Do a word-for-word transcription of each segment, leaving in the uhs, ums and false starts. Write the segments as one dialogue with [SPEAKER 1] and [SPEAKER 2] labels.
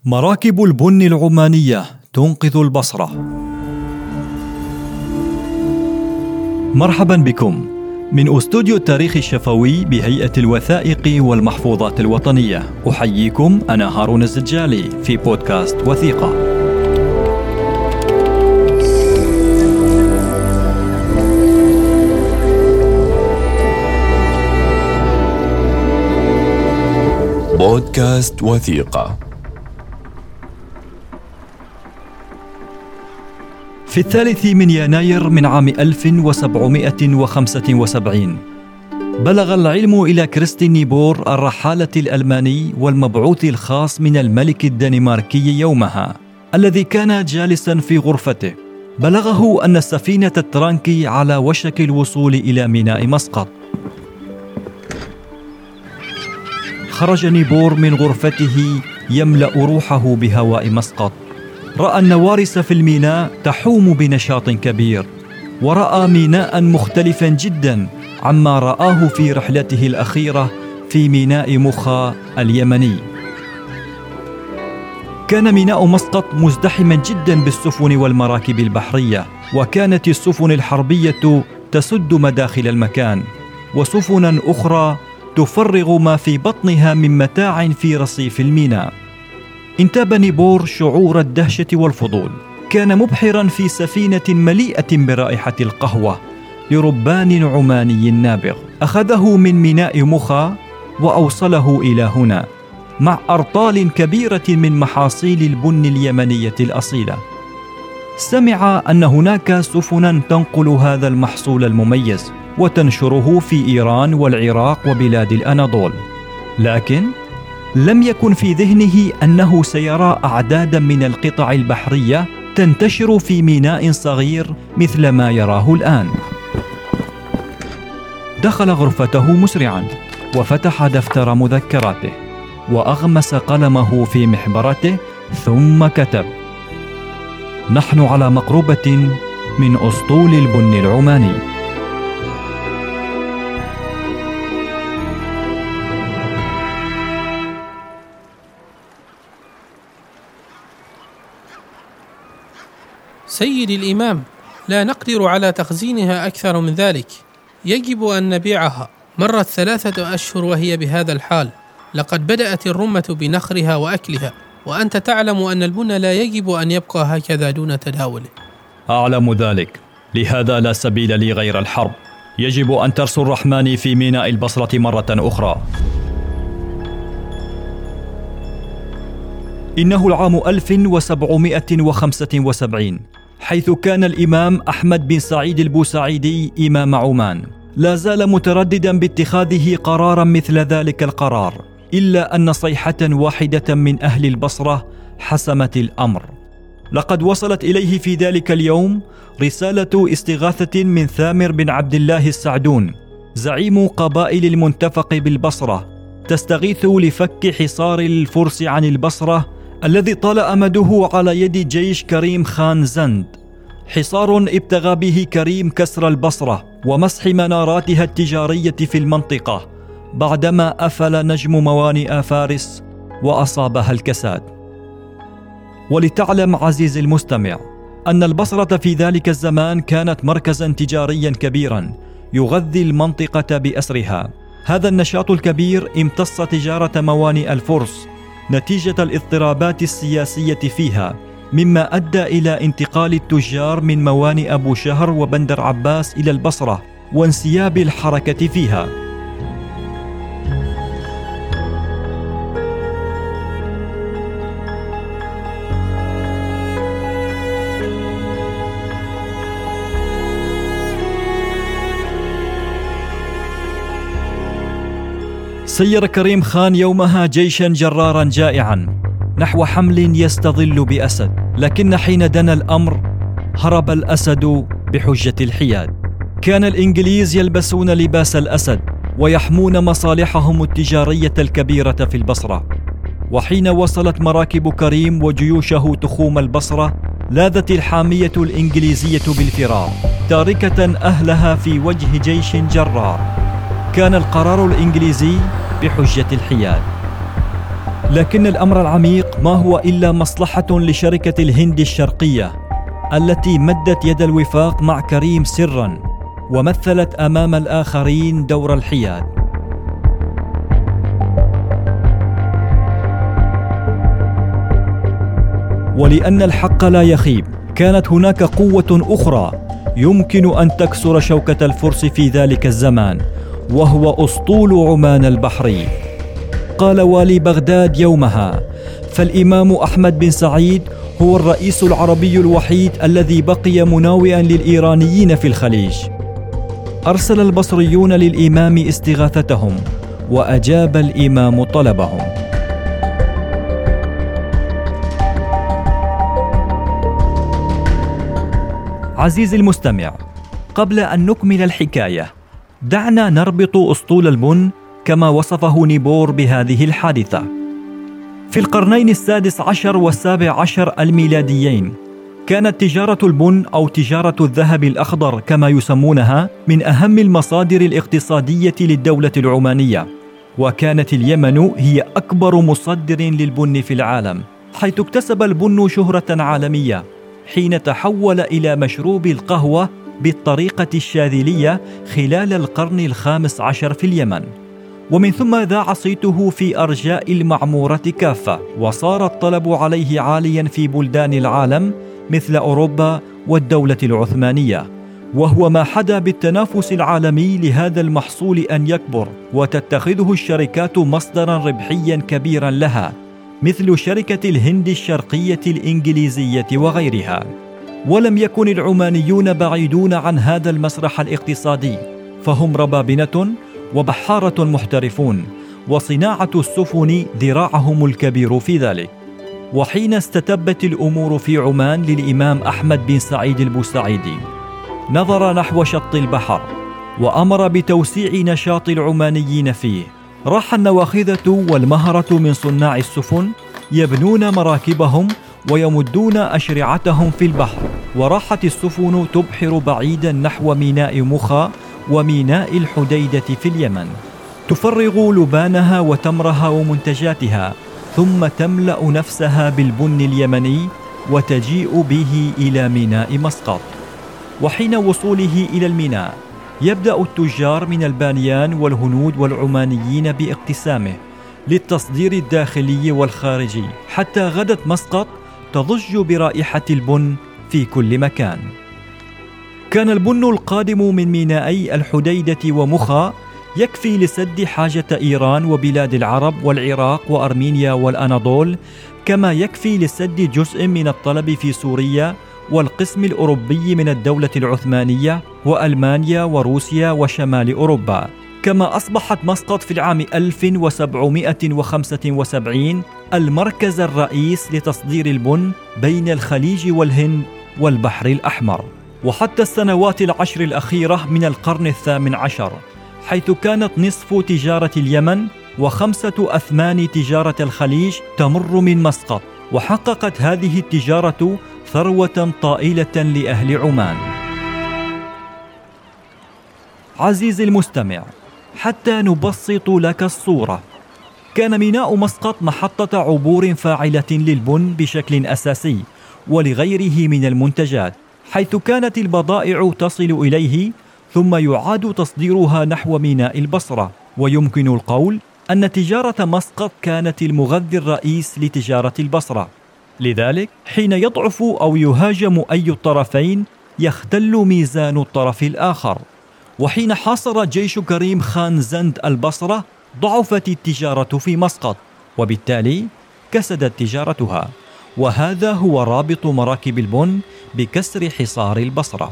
[SPEAKER 1] مراكب البن العمانية تنقذ البصرة. مرحبا بكم من أستوديو التاريخ الشفوي بهيئة الوثائق والمحفوظات الوطنية. أحييكم أنا هارون الزجالي في بودكاست وثيقة.
[SPEAKER 2] بودكاست وثيقة.
[SPEAKER 1] في الثالث من يناير من عام ألف وسبعمائة وخمسة وسبعين بلغ العلم إلى كريستين نيبور الرحالة الألماني والمبعوث الخاص من الملك الدنماركي يومها، الذي كان جالسا في غرفته. بلغه أن السفينة الترانكي على وشك الوصول إلى ميناء مسقط. خرج نيبور من غرفته يملأ روحه بهواء مسقط. رأى النوارس في الميناء تحوم بنشاط كبير، ورأى ميناء مختلفا جدا عما رآه في رحلته الأخيرة في ميناء مخا اليمني. كان ميناء مسقط مزدحما جدا بالسفن والمراكب البحرية، وكانت السفن الحربية تسد مداخل المكان، وسفنا أخرى تفرغ ما في بطنها من متاع في رصيف الميناء. انتاب نيبور شعور الدهشة والفضول. كان مبحرا في سفينة مليئة برائحة القهوة لربان عماني نابغ. أخذه من ميناء مخا وأوصله إلى هنا مع أرطال كبيرة من محاصيل البن اليمنية الأصيلة. سمع أن هناك سفنا تنقل هذا المحصول المميز وتنشره في إيران والعراق وبلاد الأناضول، لكن لم يكن في ذهنه أنه سيرى أعدادا من القطع البحرية تنتشر في ميناء صغير مثل ما يراه الآن. دخل غرفته مسرعا وفتح دفتر مذكراته وأغمس قلمه في محبرته، ثم كتب: نحن على مقربة من أسطول البن العماني.
[SPEAKER 3] سيدي الإمام، لا نقدر على تخزينها أكثر من ذلك، يجب أن نبيعها. مرت ثلاثة أشهر وهي بهذا الحال، لقد بدأت الرمة بنخرها وأكلها، وأنت تعلم أن البن لا يجب أن يبقى هكذا دون تداوله.
[SPEAKER 1] أعلم ذلك، لهذا لا سبيل لي غير الحرب. يجب أن ترسو الرحمن في ميناء البصرة مرة أخرى. إنه العام ألف وسبعمائة وخمسة وسبعين، حيث كان الإمام أحمد بن سعيد البوسعيدي إمام عمان لا زال مترددا باتخاذه قرارا مثل ذلك القرار، إلا أن صيحة واحدة من أهل البصرة حسمت الأمر. لقد وصلت إليه في ذلك اليوم رسالة استغاثة من ثامر بن عبد الله السعدون، زعيم قبائل المنتفق بالبصرة، تستغيث لفك حصار الفرس عن البصرة الذي طال أمده على يد جيش كريم خان زند، حصار ابتغى به كريم كسر البصرة ومسح مناراتها التجارية في المنطقة بعدما أفل نجم موانئ فارس وأصابها الكساد. ولتعلم عزيزي المستمع أن البصرة في ذلك الزمان كانت مركزا تجاريا كبيرا يغذي المنطقة بأسرها. هذا النشاط الكبير امتص تجارة موانئ الفرس نتيجة الاضطرابات السياسية فيها، مما أدى إلى انتقال التجار من موانئ أبو شهر وبندر عباس إلى البصرة وانسياب الحركة فيها. سير كريم خان يومها جيشا جرارا جائعا نحو حمل يستظل بأسد، لكن حين دنا الأمر هرب الأسد بحجة الحياد. كان الإنجليز يلبسون لباس الأسد ويحمون مصالحهم التجارية الكبيرة في البصرة. وحين وصلت مراكب كريم وجيوشه تخوم البصرة، لاذت الحامية الإنجليزية بالفرار، تاركة أهلها في وجه جيش جرار. كان القرار الإنجليزي بحجة الحياد. لكن الأمر العميق ما هو إلا مصلحة لشركة الهند الشرقية التي مدت يد الوفاق مع كريم سرا ومثلت أمام الآخرين دور الحياد. ولأن الحق لا يخيب، كانت هناك قوة أخرى يمكن أن تكسر شوكة الفرس في ذلك الزمان، وهو أسطول عمان البحري. قال والي بغداد يومها: فالإمام أحمد بن سعيد هو الرئيس العربي الوحيد الذي بقي مناوئا للإيرانيين في الخليج. أرسل البصريون للإمام استغاثتهم، وأجاب الإمام طلبهم. عزيزي المستمع، قبل أن نكمل الحكاية دعنا نربط أسطول البن كما وصفه نيبور بهذه الحادثة. في القرنين السادس عشر والسابع عشر الميلاديين كانت تجارة البن أو تجارة الذهب الأخضر كما يسمونها من أهم المصادر الاقتصادية للدولة العمانية، وكانت اليمن هي أكبر مصدر للبن في العالم، حيث اكتسب البن شهرة عالمية حين تحول إلى مشروب القهوة بالطريقة الشاذلية خلال القرن الخامس عشر في اليمن، ومن ثم ذاع صيته في أرجاء المعمورة كافة، وصار الطلب عليه عاليا في بلدان العالم مثل أوروبا والدولة العثمانية، وهو ما حدا بالتنافس العالمي لهذا المحصول أن يكبر وتتخذه الشركات مصدرا ربحيا كبيرا لها، مثل شركة الهند الشرقية الإنجليزية وغيرها. ولم يكن العمانيون بعيدون عن هذا المسرح الاقتصادي، فهم ربابنة وبحارة محترفون، وصناعة السفن ذراعهم الكبير في ذلك. وحين استتبت الأمور في عمان للإمام أحمد بن سعيد البوسعيدي، نظر نحو شط البحر وأمر بتوسيع نشاط العمانيين فيه. راح النواخذة والمهرة من صناع السفن يبنون مراكبهم ويمدون أشرعتهم في البحر، وراحت السفن تبحر بعيدا نحو ميناء مخا وميناء الحديدة في اليمن، تفرغ لبانها وتمرها ومنتجاتها، ثم تملأ نفسها بالبن اليمني وتجيء به إلى ميناء مسقط. وحين وصوله إلى الميناء يبدأ التجار من البانيان والهنود والعمانيين باقتسامه للتصدير الداخلي والخارجي، حتى غدت مسقط تضج برائحة البن في كل مكان. كان البن القادم من مينائي الحديدة ومخا يكفي لسد حاجة إيران وبلاد العرب والعراق وأرمينيا والأناضول، كما يكفي لسد جزء من الطلب في سوريا والقسم الأوروبي من الدولة العثمانية وألمانيا وروسيا وشمال أوروبا. كما أصبحت مسقط في العام ألف وسبعمائة وخمسة وسبعين المركز الرئيس لتصدير البن بين الخليج والهند والبحر الأحمر، وحتى السنوات العشر الأخيرة من القرن الثامن عشر، حيث كانت نصف تجارة اليمن وخمسة أثمان تجارة الخليج تمر من مسقط، وحققت هذه التجارة ثروة طائلة لأهل عمان. عزيزي المستمع، حتى نبسط لك الصورة، كان ميناء مسقط محطة عبور فاعلة للبن بشكل أساسي ولغيره من المنتجات، حيث كانت البضائع تصل إليه ثم يعاد تصديرها نحو ميناء البصرة. ويمكن القول أن تجارة مسقط كانت المغذي الرئيس لتجارة البصرة، لذلك حين يضعف أو يهاجم أي الطرفين يختل ميزان الطرف الآخر. وحين حاصر جيش كريم خان زند البصرة ضعفت التجارة في مسقط، وبالتالي كسدت تجارتها، وهذا هو رابط مراكب البن بكسر حصار البصرة.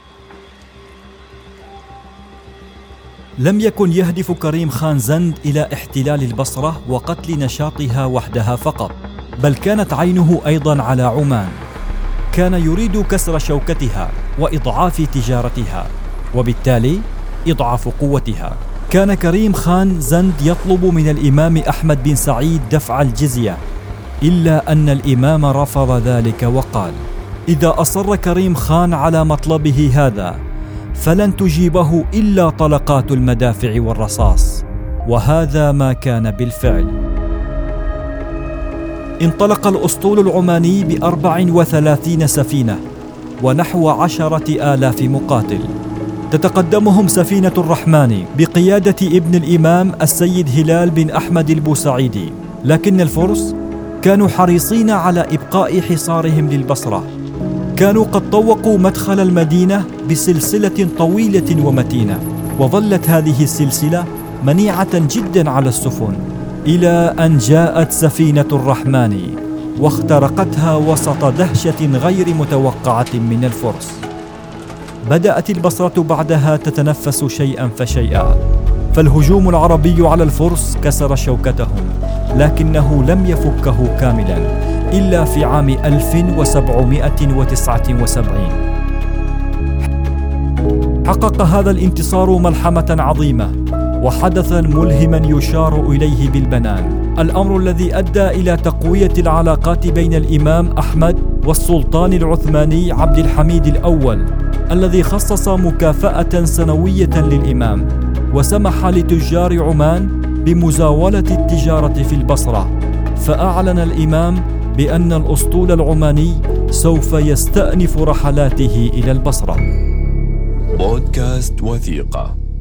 [SPEAKER 1] لم يكن يهدف كريم خان زند إلى احتلال البصرة وقتل نشاطها وحدها فقط، بل كانت عينه أيضا على عمان، كان يريد كسر شوكتها وإضعاف تجارتها، وبالتالي إضعاف قوتها. كان كريم خان زند يطلب من الإمام أحمد بن سعيد دفع الجزية، إلا أن الإمام رفض ذلك وقال: إذا أصر كريم خان على مطلبه هذا فلن تجيبه إلا طلقات المدافع والرصاص، وهذا ما كان بالفعل. انطلق الأسطول العماني بأربع وثلاثين سفينة ونحو عشرة آلاف مقاتل، تتقدمهم سفينة الرحمن بقيادة ابن الإمام السيد هلال بن أحمد البوسعيدي، لكن الفرس كانوا حريصين على إبقاء حصارهم للبصرة. كانوا قد طوقوا مدخل المدينة بسلسلة طويلة ومتينة، وظلت هذه السلسلة منيعة جدا على السفن إلى أن جاءت سفينة الرحمن واخترقتها وسط دهشة غير متوقعة من الفرس. بدأت البصرة بعدها تتنفس شيئا فشيئا، فالهجوم العربي على الفرس كسر شوكتهم، لكنه لم يفكه كاملا إلا في عام ألف وسبعمائة وتسعة وسبعين. حقق هذا الانتصار ملحمة عظيمة وحدثا ملهما يشار إليه بالبنان، الأمر الذي أدى إلى تقوية العلاقات بين الإمام أحمد والسلطان العثماني عبد الحميد الأول، الذي خصص مكافأة سنوية للإمام وسمح لتجار عمان بمزاولة التجارة في البصرة. فأعلن الإمام بأن الأسطول العماني سوف يستأنف رحلاته إلى البصرة.
[SPEAKER 2] بودكاست وثيقة.